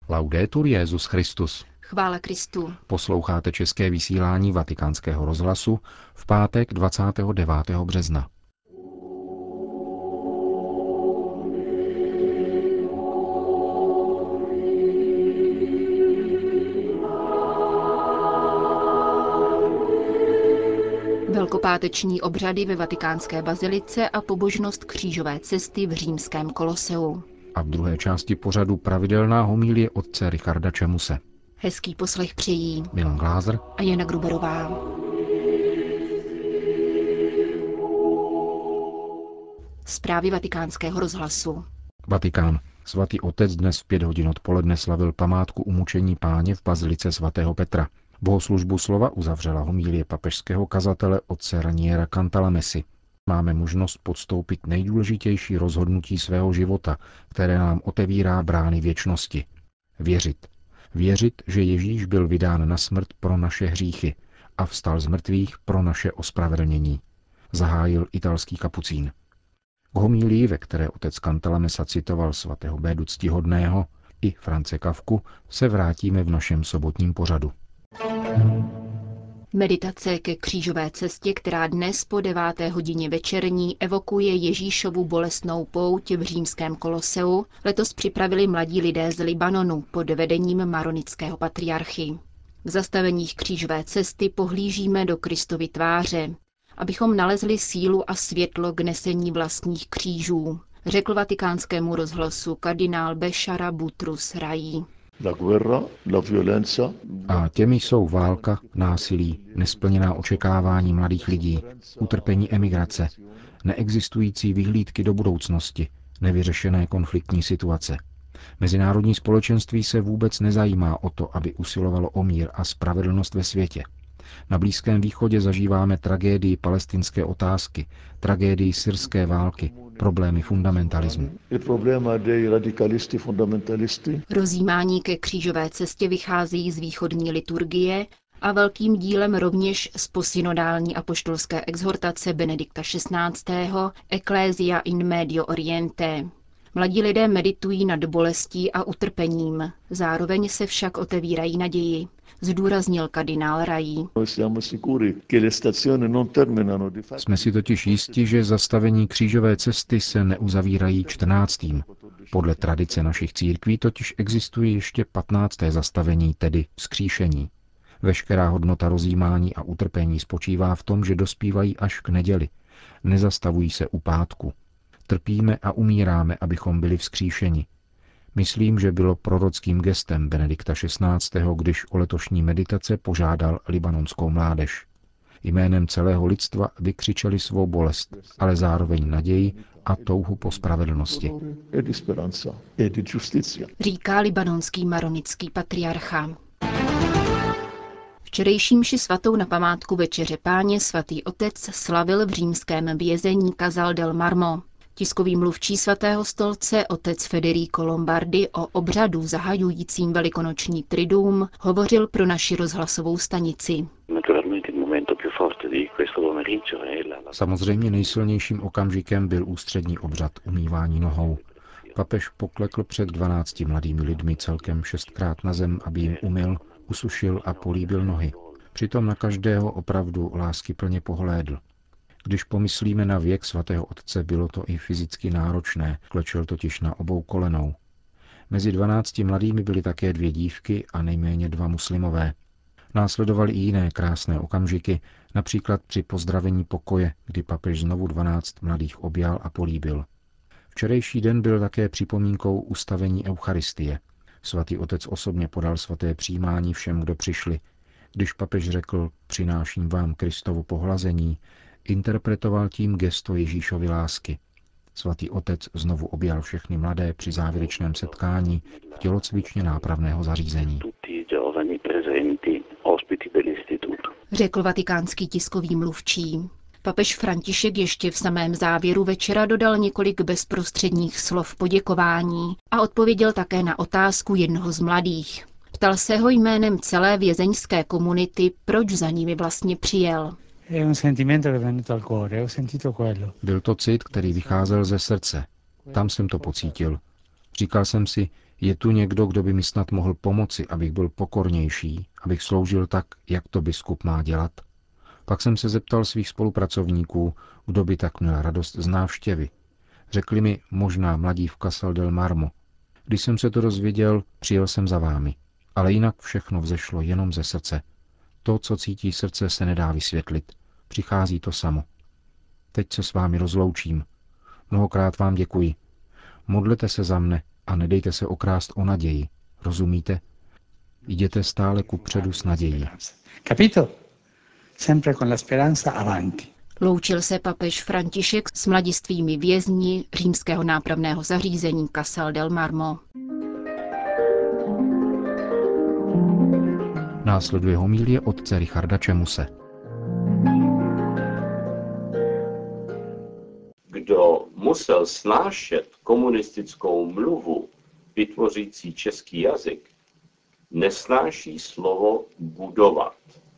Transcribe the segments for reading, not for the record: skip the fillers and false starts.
Laudetur Jesus Christus. Chvála Kristu. Posloucháte české vysílání Vatikánského rozhlasu v pátek 29. března. Velkopáteční obřady ve vatikánské bazilice a pobožnost křížové cesty v římském koloseu. A v druhé části pořadu pravidelná homilie otce Richarda Čemuse. Hezký poslech přejí Milan Glázer a Jana Gruberová. Zprávy vatikánského rozhlasu. Vatikán. Svatý otec dnes v 5 hodin odpoledne slavil památku umučení Páně v bazilice svatého Petra. Bohoslužbu slova uzavřela homilie papežského kazatele otce Raniera Cantalamessy. Máme možnost podstoupit nejdůležitější rozhodnutí svého života, které nám otevírá brány věčnosti. Věřit. Věřit, že Ježíš byl vydán na smrt pro naše hříchy a vstal z mrtvých pro naše ospravedlnění. Zahájil italský kapucín. K homílii, ve které otec Cantalamessa citoval svatého Bédu Ctihodného i France Kafku, se vrátíme v našem sobotním pořadu. Meditace ke křížové cestě, která dnes po 9. hodině večerní evokuje Ježíšovu bolestnou pouť v římském koloseu, letos připravili mladí lidé z Libanonu pod vedením maronického patriarchy. V zastaveních křížové cesty pohlížíme do Kristovy tváře, abychom nalezli sílu a světlo k nesení vlastních křížů, řekl vatikánskému rozhlasu kardinál Bešara Butrus Rají. A těmi jsou válka, násilí, nesplněná očekávání mladých lidí, utrpení emigrace, neexistující vyhlídky do budoucnosti, nevyřešené konfliktní situace. Mezinárodní společenství se vůbec nezajímá o to, aby usilovalo o mír a spravedlnost ve světě. Na Blízkém východě zažíváme tragédii palestinské otázky, tragédii syrské války, problémy fundamentalismu. Rozjímání ke křížové cestě vychází z východní liturgie a velkým dílem rovněž z posynodální apoštolské exhortace Benedikta XVI. Ecclesia in Medio Oriente. Mladí lidé meditují nad bolestí a utrpením, zároveň se však otevírají naději, zdůraznil kardinál Rají. Jsme si totiž jisti, že zastavení křížové cesty se neuzavírají 14. Podle tradice našich církví totiž existuje ještě 15. zastavení, tedy vzkříšení. Veškerá hodnota rozjímání a utrpení spočívá v tom, že dospívají až k neděli. Nezastavují se u pátku. Trpíme a umíráme, abychom byli vzkříšeni. Myslím, že bylo prorockým gestem Benedikta XVI., když o letošní meditace požádal libanonskou mládež. Jménem celého lidstva vykřičeli svou bolest, ale zároveň naději a touhu po spravedlnosti. Říká libanonský maronický patriarcha. Včerejší mši svatou na památku Večeře Páně svatý otec slavil v římském vězení Casal del Marmo. Tiskový mluvčí svatého stolce otec Federico Lombardi o obřadu zahajujícím velikonoční triduum hovořil pro naši rozhlasovou stanici. Samozřejmě nejsilnějším okamžikem byl ústřední obřad umývání nohou. Papež poklekl před 12 mladými lidmi celkem 6krát na zem, aby jim umyl, usušil a políbil nohy. Přitom na každého opravdu láskyplně pohlédl. Když pomyslíme na věk svatého otce, bylo to i fyzicky náročné, klečel totiž na obou kolenou. Mezi 12 mladými byly také 2 dívky a nejméně 2 muslimové. Následovaly i jiné krásné okamžiky, například při pozdravení pokoje, kdy papež znovu 12 mladých objal a políbil. Včerejší den byl také připomínkou ustavení Eucharistie. Svatý otec osobně podal svaté přijímání všem, kdo přišli. Když papež řekl, přináším vám Kristovo pohlazení, interpretoval tím gesto Ježíšovy lásky. Svatý otec znovu objal všechny mladé při závěrečném setkání v tělocvičně nápravného zařízení. Řekl vatikánský tiskový mluvčí. Papež František ještě v samém závěru večera dodal několik bezprostředních slov poděkování a odpověděl také na otázku jednoho z mladých. Ptal se ho jménem celé vězeňské komunity, proč za nimi vlastně přijel. Byl to cit, který vycházel ze srdce. Tam jsem to pocítil. Říkal jsem si, Je tu někdo, kdo by mi snad mohl pomoci, abych byl pokornější, abych sloužil tak, jak to biskup má dělat? Pak jsem se zeptal svých spolupracovníků, kdo by tak měl radost z návštěvy. Řekli mi možná mladí v Casal del Marmo. Když jsem se to dozvěděl, přijel jsem za vámi. Ale jinak všechno vzešlo jenom ze srdce. To, co cítí srdce, se nedá vysvětlit. Přichází to samo. Teď se s vámi rozloučím. Mnohokrát vám děkuji. Modlete se za mne a nedejte se okrást o naději. Rozumíte? Jděte stále kupředu s nadějí. Capito? Sempre con la speranza avanti. Loučil se papež František s mladistvými vězni římského nápravného zařízení Casal del Marmo. Následuje homilie otce Richarda Čemuse. Kdo musel snášet komunistickou mluvu vytvořící český jazyk, nesnáší slovo budovat.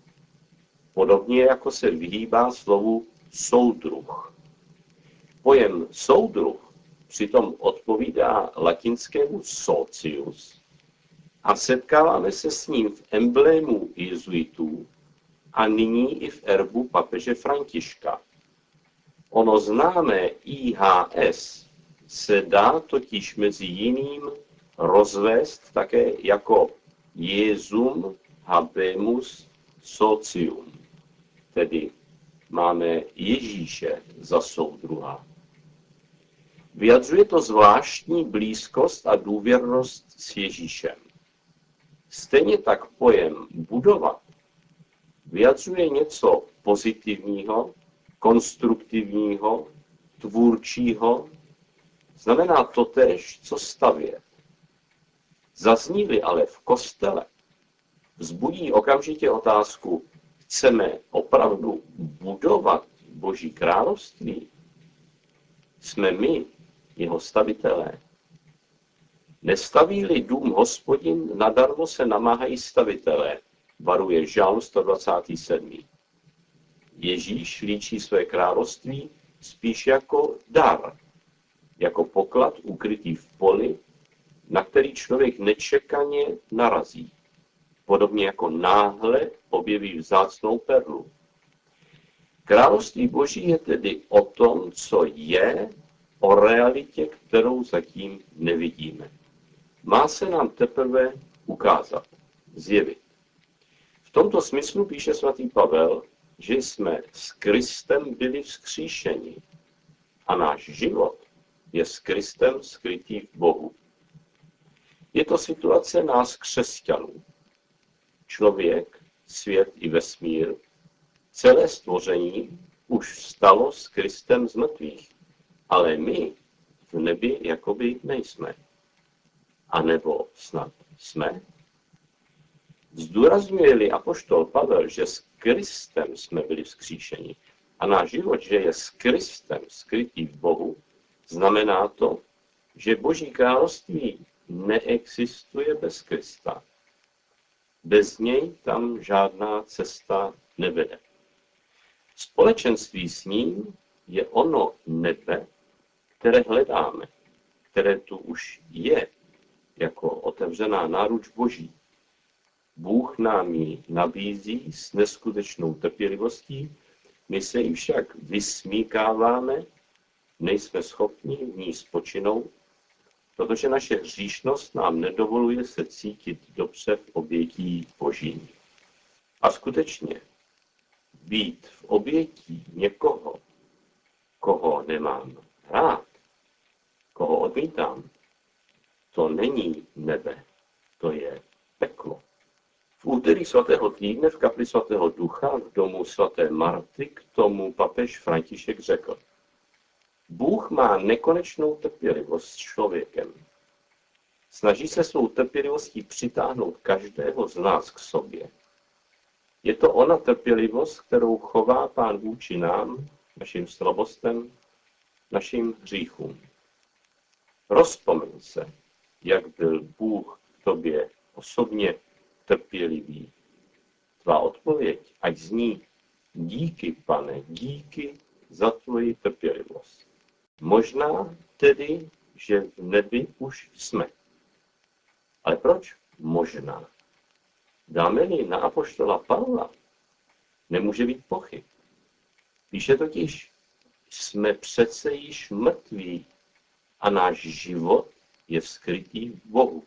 Podobně jako se vyhýbá slovu soudruh. Pojem soudruh přitom odpovídá latinskému socius a setkáváme se s ním v emblému jezuitů a nyní i v erbu papeže Františka. Ono známé IHS se dá totiž mezi jiným rozvést také jako Jesum habemus socium, tedy máme Ježíše za soudruha. Vyjadřuje to zvláštní blízkost a důvěrnost s Ježíšem. Stejně tak pojem budovat vyjadřuje něco pozitivního, konstruktivního, tvůrčího, znamená totéž, co stavět. Zazní-li ale v kostele, vzbudí okamžitě otázku, chceme opravdu budovat Boží království? Jsme my, jeho stavitelé. Nestaví-li dům Hospodin, nadarmo se namáhají stavitelé, varuje Žalm 127. Ježíš líčí své království spíš jako dar, jako poklad ukrytý v poli, na který člověk nečekaně narazí, podobně jako náhle objeví vzácnou perlu. Království Boží je tedy o tom, co je, o realitě, kterou zatím nevidíme. Má se nám teprve ukázat, zjevit. V tomto smyslu píše svatý Pavel, že jsme s Kristem byli vzkříšeni a náš život je s Kristem skrytý v Bohu. Je to situace nás křesťanů. Člověk, svět i vesmír, celé stvoření už vstalo s Kristem z mrtvých, ale my v nebi jakoby nejsme. A nebo snad jsme? Zdůrazňuje-li apoštol Pavel, že s Kristem jsme byli vzkříšeni a náš život, že je s Kristem skrytý v Bohu, znamená to, že Boží království neexistuje bez Krista. Bez něj tam žádná cesta nevede. Společenství s ním je ono nebe, které hledáme, které tu už je, jako otevřená náruč Boží. Bůh nám ji nabízí s neskutečnou trpělivostí, my se jí však vysmíkáváme, nejsme schopni v ní spočinout, protože naše hříšnost nám nedovoluje se cítit dobře v obětí Boží. A skutečně, být v obětí někoho, koho nemám rád, koho odmítám, to není nebe, to je peklo. V úterý svatého týdne v kapli svatého Ducha v domu svaté Marty k tomu papež František řekl: Bůh má nekonečnou trpělivost s člověkem. Snaží se svou trpělivostí přitáhnout každého z nás k sobě. Je to ona trpělivost, kterou chová Pán vůči nám, našim slabostem, našim hříchům. Rozpomeň se, jak byl Bůh k tobě osobně trpělivý. Tvá odpověď, ať zní: díky, Pane, díky za tvoji trpělivost. Možná tedy, že v nebi už jsme. Ale proč možná? Dáme-li na apoštola Pavla, nemůže být pochyb. Píše totiž, jsme přece již mrtví a náš život je skrytý v Bohu.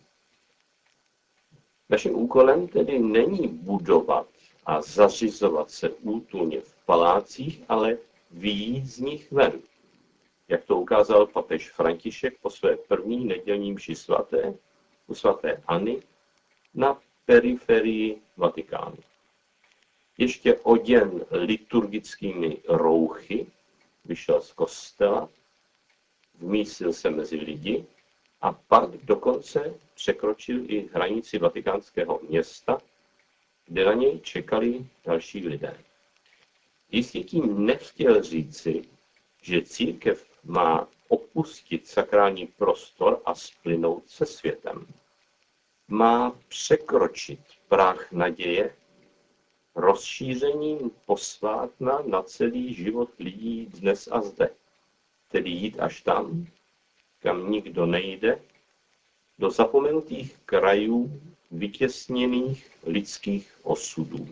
Naším úkolem tedy není budovat a zařizovat se útulně v palácích, ale vyjít z nich ven. Jak to ukázal papež František po své první nedělní mši svaté u svaté Anny na periferii Vatikánu. Ještě oděn liturgickými rouchy vyšel z kostela, vmístil se mezi lidi a pak dokonce překročil i hranici vatikánského města, kde na něj čekali další lidé. Jistě tím nechtěl říci, že církev má opustit sakrální prostor a splynout se světem. Má překročit práh naděje rozšířením posvátna na celý život lidí dnes a zde, tedy jít až tam, kam nikdo nejde, do zapomenutých krajů vytěsněných lidských osudů.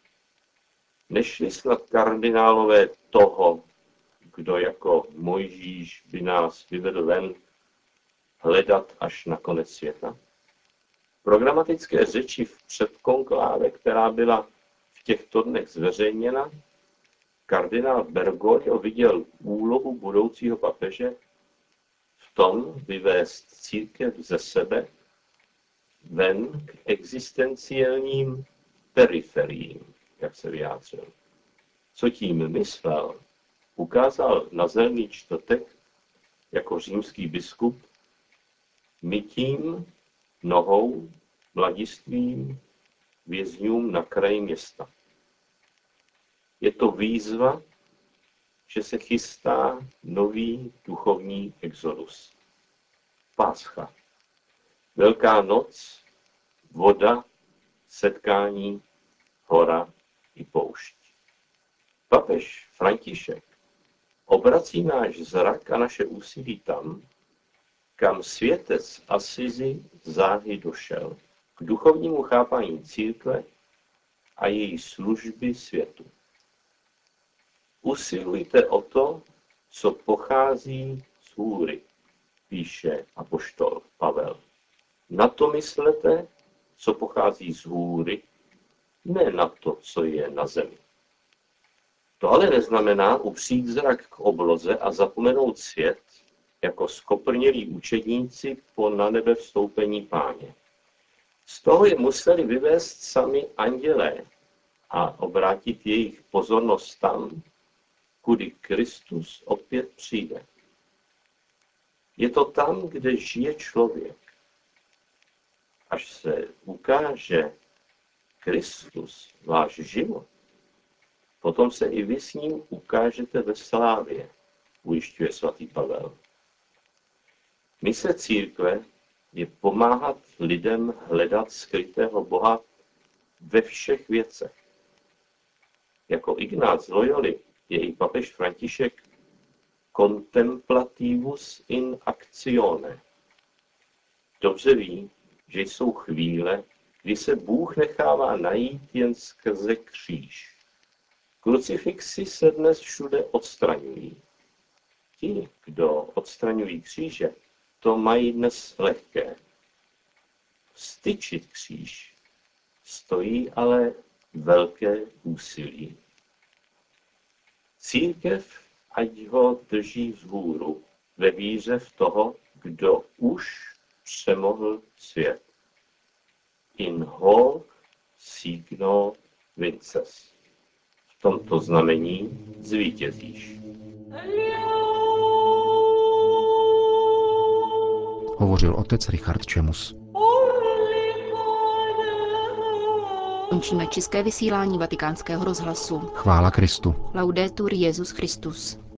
Nešli snad kardinálové toho, kdo jako Mojžíš by nás vyvedl ven, hledat až na konec světa? Programatické řeči v předkonkláve, která byla v těchto dnech zveřejněna, kardinál Bergoglio viděl úlohu budoucího papeže v tom vyvést církev ze sebe ven k existenciálním periferiím, jak se vyjádřil. Co tím myslel, ukázal na Zelený čtvrtek jako římský biskup mytím nohou mladistvým vězňům na kraji města. Je to výzva, že se chystá nový duchovní exodus. Páscha. Velká noc, voda, setkání, hora i poušť. Papež František obrací náš zrak a naše úsilí tam, kam světec Asizi záhy došel, k duchovnímu chápání církve a její služby světu. Usilujte o to, co pochází z hůry, píše apoštol Pavel. Na to myslete, co pochází z hůry, ne na to, co je na zemi. To ale neznamená upřít zrak k obloze a zapomenout svět, jako skoprnělí učedníci po na nebe vstoupení Páně. Z toho je museli vyvést sami andělé a obrátit jejich pozornost tam, kudy Kristus opět přijde. Je to tam, kde žije člověk. Až se ukáže Kristus, váš život, potom se i vy s ním ukážete ve slávě, ujišťuje svatý Pavel. Mise církve je pomáhat lidem hledat skrytého Boha ve všech věcech. Jako Ignác z Loyoli je i papež František contemplativus in actione. Dobře ví, že jsou chvíle, kdy se Bůh nechává najít jen skrze kříž. Krucifixy se dnes všude odstraňují. Ti, kdo odstraňují kříže, to mají dnes lehké. Vztyčit kříž stojí ale velké úsilí. Církev ať ho drží vzhůru ve víře v toho, kdo už přemohl svět. In hoc signo vinces. V tomto znamení zvítězíš. Hovořil otec Richard Čemus. Končíme české vysílání Vatikánského rozhlasu. Chvála Kristu. Laudetur Jesus Christus.